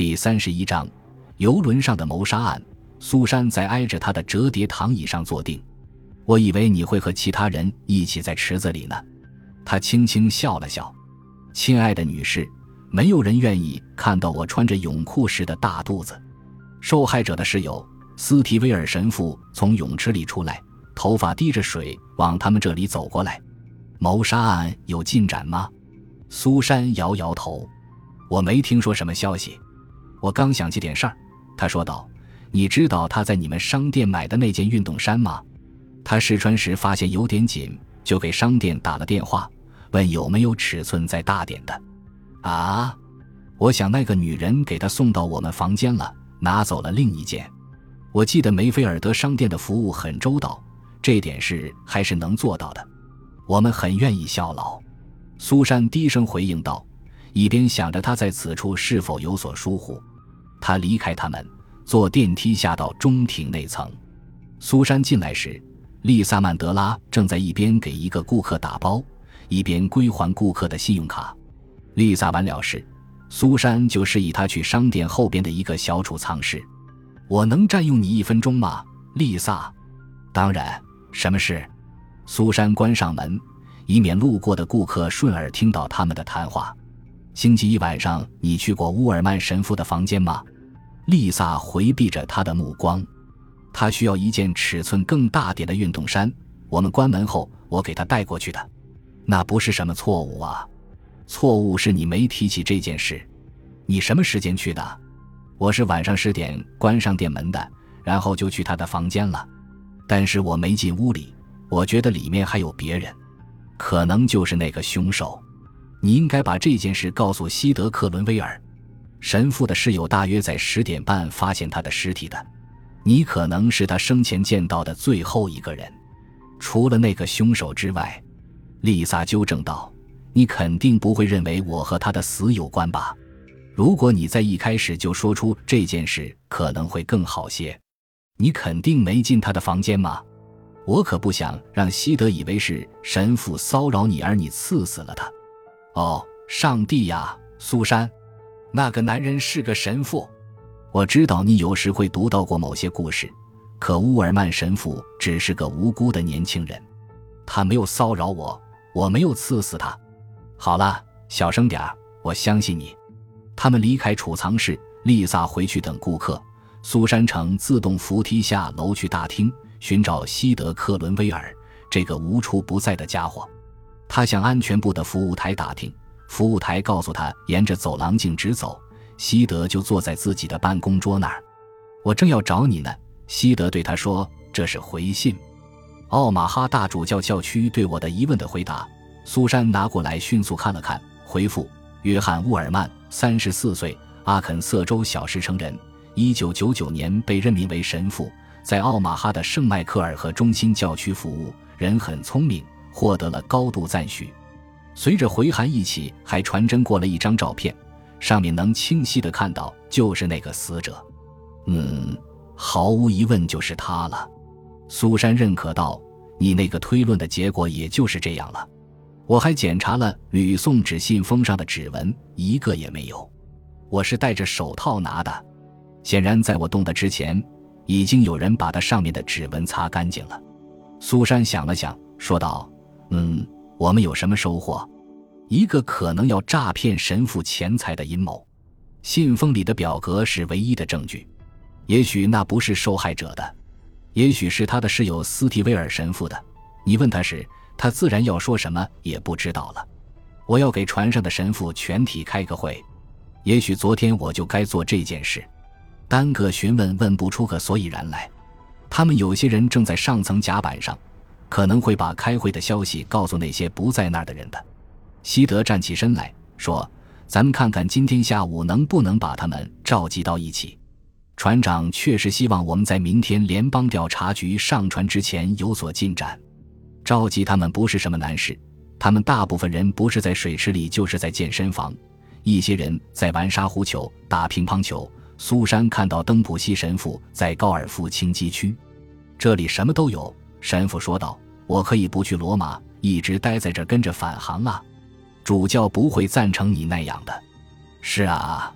第31章游轮上的谋杀案。苏珊在挨着他的折叠躺椅上坐定。我以为你会和其他人一起在池子里呢。他轻轻笑了笑。亲爱的女士，没有人愿意看到我穿着泳裤时的大肚子。受害者的室友斯提威尔神父从泳池里出来，头发滴着水往他们这里走过来。谋杀案有进展吗？苏珊摇摇头。我没听说什么消息。我刚想起点事儿，他说道。你知道他在你们商店买的那件运动衫吗？他试穿时发现有点紧，就给商店打了电话，问有没有尺寸再大点的。啊，我想那个女人给他送到我们房间了，拿走了另一件。我记得梅菲尔德商店的服务很周到，这点事还是能做到的。我们很愿意效劳。苏珊低声回应道，一边想着他在此处是否有所疏忽。他离开他们，坐电梯下到中庭内层。苏珊进来时，丽萨曼德拉正在一边给一个顾客打包，一边归还顾客的信用卡。丽萨完了事，苏珊就示意他去商店后边的一个小储藏室。我能占用你1分钟吗，丽萨？当然，什么事？苏珊关上门，以免路过的顾客顺耳听到他们的谈话。星期一晚上你去过乌尔曼神父的房间吗？丽萨回避着他的目光。他需要一件尺寸更大点的运动衫，我们关门后我给他带过去的。那不是什么错误啊。错误是你没提起这件事。你什么时间去的？我是晚上10点关上店门的，然后就去他的房间了。但是我没进屋里，我觉得里面还有别人，可能就是那个凶手。你应该把这件事告诉西德克伦威尔。神父的室友大约在10点半发现他的尸体的，你可能是他生前见到的最后一个人，除了那个凶手之外。丽萨纠正道，你肯定不会认为我和他的死有关吧？如果你在一开始就说出这件事，可能会更好些。你肯定没进他的房间吗？我可不想让西德以为是神父骚扰你而你刺死了他。哦，上帝呀，苏珊，那个男人是个神父。我知道你有时会读到过某些故事，可乌尔曼神父只是个无辜的年轻人，他没有骚扰我，我没有刺死他。好了，小声点，我相信你。他们离开储藏室，丽萨回去等顾客，苏珊乘自动扶梯下楼去大厅寻找西德克伦威尔这个无处不在的家伙。他向安全部的服务台打听，服务台告诉他沿着走廊径直走，西德就坐在自己的办公桌那儿。我正要找你呢，西德对他说，这是回信。奥马哈大主教教区对我的疑问的回答。苏珊拿过来迅速看了看，回复，约翰·乌尔曼，34岁，阿肯色州小石城人，1999年被任命为神父，在奥马哈的圣迈克尔和中心教区服务，人很聪明，获得了高度赞许。随着回函一起还传真过了一张照片，上面能清晰地看到就是那个死者。毫无疑问就是他了。苏珊认可道，你那个推论的结果也就是这样了。我还检查了吕宋纸信封上的指纹，一个也没有。我是戴着手套拿的，显然在我动的之前，已经有人把它上面的指纹擦干净了。苏珊想了想，说道，我们有什么收获？一个可能要诈骗神父钱财的阴谋。信封里的表格是唯一的证据。也许那不是受害者的，也许是他的室友斯提威尔神父的。你问他时，他自然要说什么也不知道了。我要给船上的神父全体开个会，也许昨天我就该做这件事。单个询问问不出个所以然来。他们有些人正在上层甲板上，可能会把开会的消息告诉那些不在那儿的人的。西德站起身来说，咱们看看今天下午能不能把他们召集到一起。船长确实希望我们在明天联邦调查局上船之前有所进展。召集他们不是什么难事，他们大部分人不是在水池里就是在健身房，一些人在玩沙壶球、打乒乓球。苏珊看到登普西神父在高尔夫轻击区。这里什么都有，神父说道，我可以不去罗马，一直待在这儿跟着返航啊。主教不会赞成你那样的。是啊，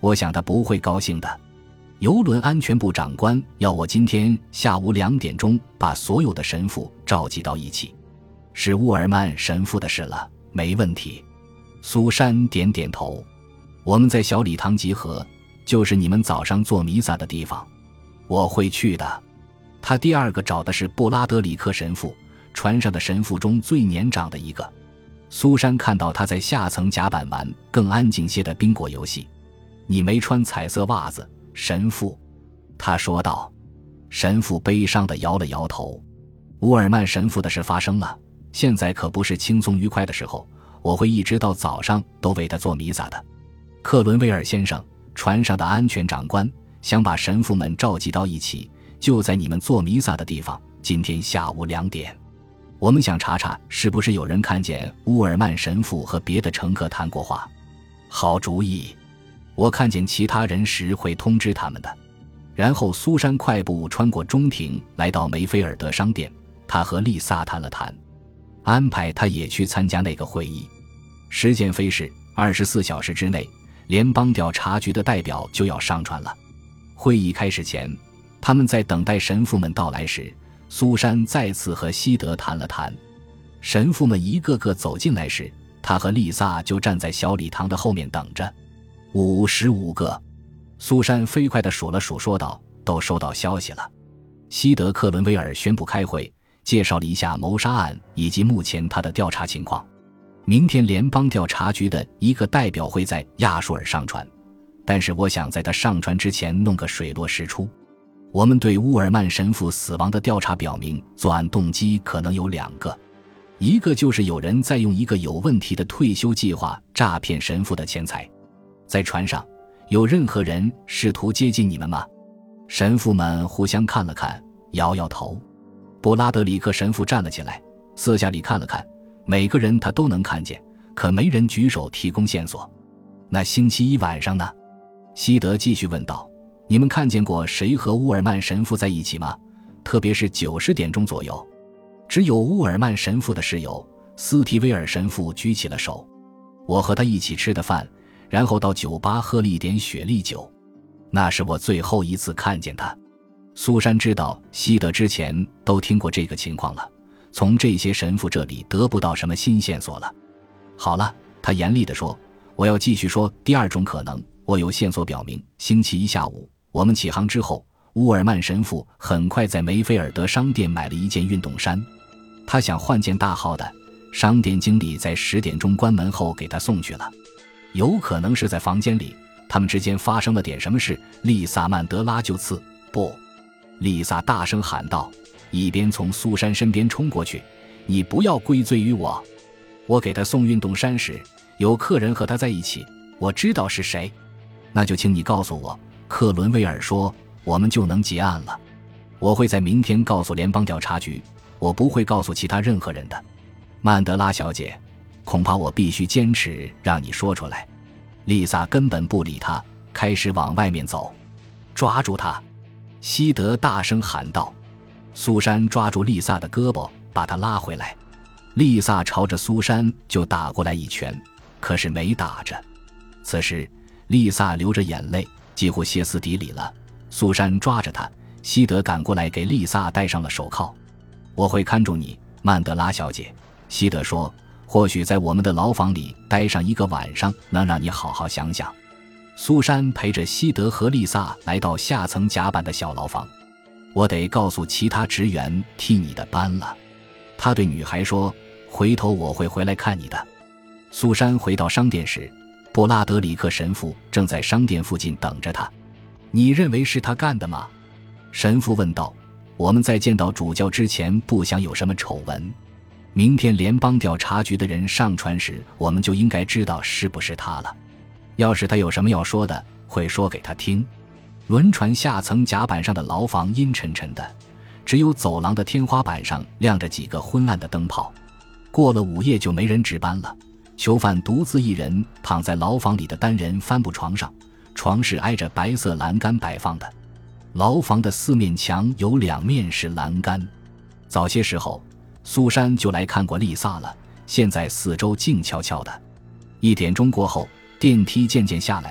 我想他不会高兴的。邮轮安全部长官要我今天下午2点钟把所有的神父召集到一起。是乌尔曼神父的事了，没问题。苏珊点点头。我们在小礼堂集合，就是你们早上做弥撒的地方。我会去的。他第二个找的是布拉德里克神父，船上的神父中最年长的一个。苏珊看到他在下层甲板玩更安静些的宾果游戏。你没穿彩色袜子，神父，他说道。神父悲伤地摇了摇头。乌尔曼神父的事发生了，现在可不是轻松愉快的时候，我会一直到早上都为他做弥撒的。克伦威尔先生，船上的安全长官想把神父们召集到一起，就在你们做弥撒的地方，今天下午2点。我们想查查是不是有人看见乌尔曼神父和别的乘客谈过话。好主意，我看见其他人时会通知他们的。然后苏珊快步穿过中庭来到梅菲尔德商店，她和丽萨谈了谈，安排她也去参加那个会议。时间飞逝，24小时之内联邦调查局的代表就要上船了。会议开始前，他们在等待神父们到来时，苏珊再次和西德谈了谈。神父们一个个走进来时，他和丽萨就站在小礼堂的后面等着。55个。苏珊飞快地数了数，说道：都收到消息了。西德克伦威尔宣布开会，介绍了一下谋杀案以及目前他的调查情况。明天联邦调查局的一个代表会在亚述尔上船，但是我想在他上船之前弄个水落石出。我们对乌尔曼神父死亡的调查表明，作案动机可能有2个，一个就是有人在用一个有问题的退休计划诈骗神父的钱财。在船上有任何人试图接近你们吗？神父们互相看了看，摇摇头。布拉德里克神父站了起来，四下里看了看，每个人他都能看见，可没人举手提供线索。那星期一晚上呢？西德继续问道。你们看见过谁和乌尔曼神父在一起吗？特别是90点钟左右。只有乌尔曼神父的室友斯提威尔神父举起了手。我和他一起吃的饭，然后到酒吧喝了一点雪莉酒，那是我最后一次看见他。苏珊知道西德之前都听过这个情况了，从这些神父这里得不到什么新线索了。好了，他严厉地说，我要继续说第2种可能。我有线索表明，星期一下午我们起航之后，乌尔曼神父很快在梅菲尔德商店买了一件运动衫，他想换件大号的，商店经理在10点钟关门后给他送去了。有可能是在房间里，他们之间发生了点什么事。丽萨·曼德拉就刺不，丽萨大声喊道，一边从苏珊身边冲过去，你不要归罪于我。我给他送运动衫时，有客人和他在一起，我知道是谁。那就请你告诉我。克伦威尔说，我们就能结案了。我会在明天告诉联邦调查局，我不会告诉其他任何人的。曼德拉小姐，恐怕我必须坚持让你说出来。丽萨根本不理他，开始往外面走。抓住他！西德大声喊道。苏珊抓住丽萨的胳膊，把她拉回来。丽萨朝着苏珊就打过来一拳，可是没打着。此时丽萨流着眼泪，几乎歇斯底里了。苏珊抓着她，西德赶过来给丽萨戴上了手铐。我会看住你，曼德拉小姐，西德说，或许在我们的牢房里待上1个晚上，能让你好好想想。苏珊陪着西德和丽萨来到下层甲板的小牢房。我得告诉其他职员替你的班了。他对女孩说，回头我会回来看你的。苏珊回到商店时，布拉德里克神父正在商店附近等着他。你认为是他干的吗？神父问道。我们在见到主教之前不想有什么丑闻。明天联邦调查局的人上船时，我们就应该知道是不是他了。要是他有什么要说的，会说给他听。轮船下层甲板上的牢房阴沉沉的，只有走廊的天花板上亮着几个昏暗的灯泡。过了午夜就没人值班了。囚犯独自一人躺在牢房里的单人帆布床上，床是挨着白色栏杆摆放的。牢房的4面墙有2面是栏杆。早些时候苏珊就来看过丽萨了，现在四周静悄悄的。1点钟过后，电梯渐渐下来了，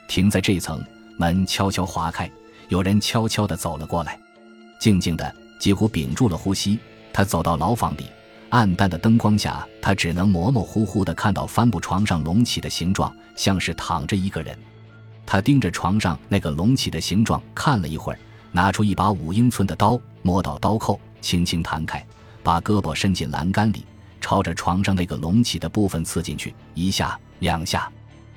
停在这层，门悄悄划开，有人悄悄地走了过来。静静的，几乎屏住了呼吸，他走到牢房里，暗淡的灯光下，他只能模模糊糊地看到帆布床上隆起的形状，像是躺着一个人。他盯着床上那个隆起的形状看了一会儿，拿出一把5英寸的刀，摸到刀扣，轻轻弹开，把胳膊伸进栏杆里，朝着床上那个隆起的部分刺进去，1下2下。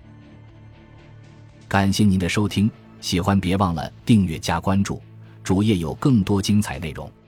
感谢您的收听，喜欢别忘了订阅加关注，主页有更多精彩内容。